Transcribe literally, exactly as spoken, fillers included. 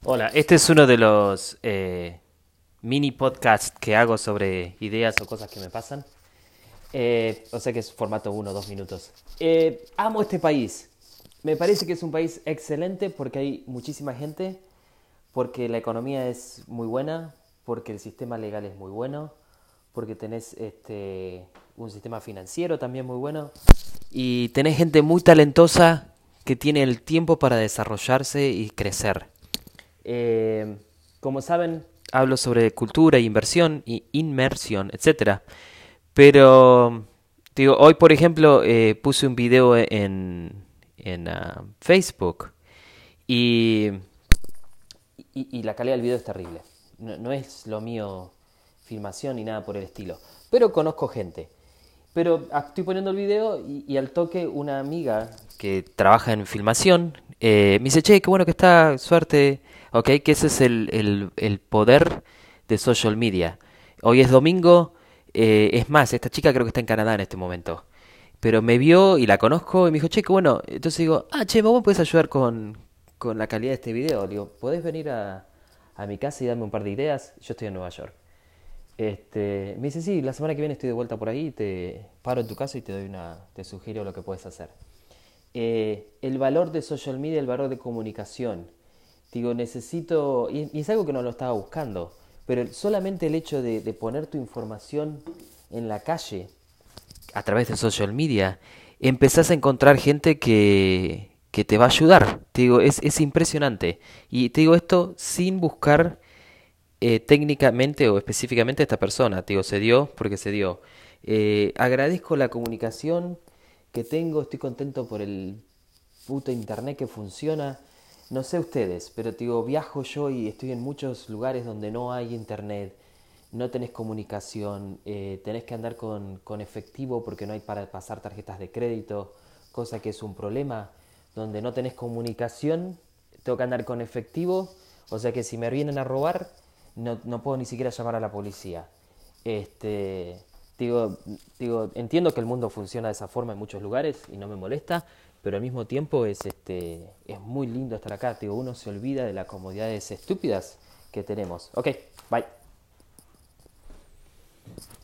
Hola, este es uno de los eh, mini podcasts que hago sobre ideas o cosas que me pasan. Eh, o sea que es formato uno o dos minutos. Eh, amo este país. Me parece que es un país excelente porque hay muchísima gente, porque la economía es muy buena, porque el sistema legal es muy bueno, porque tenés este, un sistema financiero también muy bueno y tenés gente muy talentosa que tiene el tiempo para desarrollarse y crecer. Eh, Como saben, hablo sobre cultura, inversión, y inmersión, etcétera. Pero, digo, hoy por ejemplo eh, puse un video en, en ah, Facebook y, y- y la calidad del video es terrible. No, no es lo mío filmación ni nada por el estilo. Pero conozco gente. Pero ah, estoy poniendo el video y, y al toque una amiga que trabaja en filmación eh, me dice, che, qué bueno que está, suerte. Ok, que ese es el, el- el poder de social media. Hoy es domingo, eh, es más, esta chica creo que está en Canadá en este momento. Pero me vio y la conozco y me dijo, che, qué bueno. Entonces digo, ah, che, vos me puedes ayudar con, con la calidad de este video. Le digo, ¿podés venir a, a mi casa y darme un par de ideas? Yo estoy en Nueva York. Este, me dice, sí, la semana que viene estoy de vuelta por ahí, te paro en tu casa y te doy una, te sugiero lo que puedes hacer. Eh, el valor de social media, el valor de comunicación. Digo, necesito, y, y es algo que no lo estaba buscando, pero el- solamente el hecho de, de poner tu información en la calle a través de social media, empezás a encontrar gente que, que te va a ayudar. Te digo, es, es impresionante. Y te digo esto sin buscar eh, técnicamente o específicamente a esta persona. Te digo, se dio porque se dio. Eh, agradezco la comunicación que tengo, estoy contento por el puto internet que funciona. No sé ustedes, pero te digo, viajo yo y estoy en muchos lugares donde no hay internet, no tenés comunicación, eh, tenés que andar con, con efectivo porque no hay para pasar tarjetas de crédito, cosa que es un problema. Donde no tenés comunicación, tengo que andar con efectivo, o sea que si me vienen a robar, no, no puedo ni siquiera llamar a la policía. Este, digo, digo, entiendo que el mundo funciona de esa forma en muchos lugares y no me molesta, pero al mismo tiempo es, este, es muy lindo estar acá. Digo, uno se olvida de las comodidades estúpidas que tenemos. Ok, bye.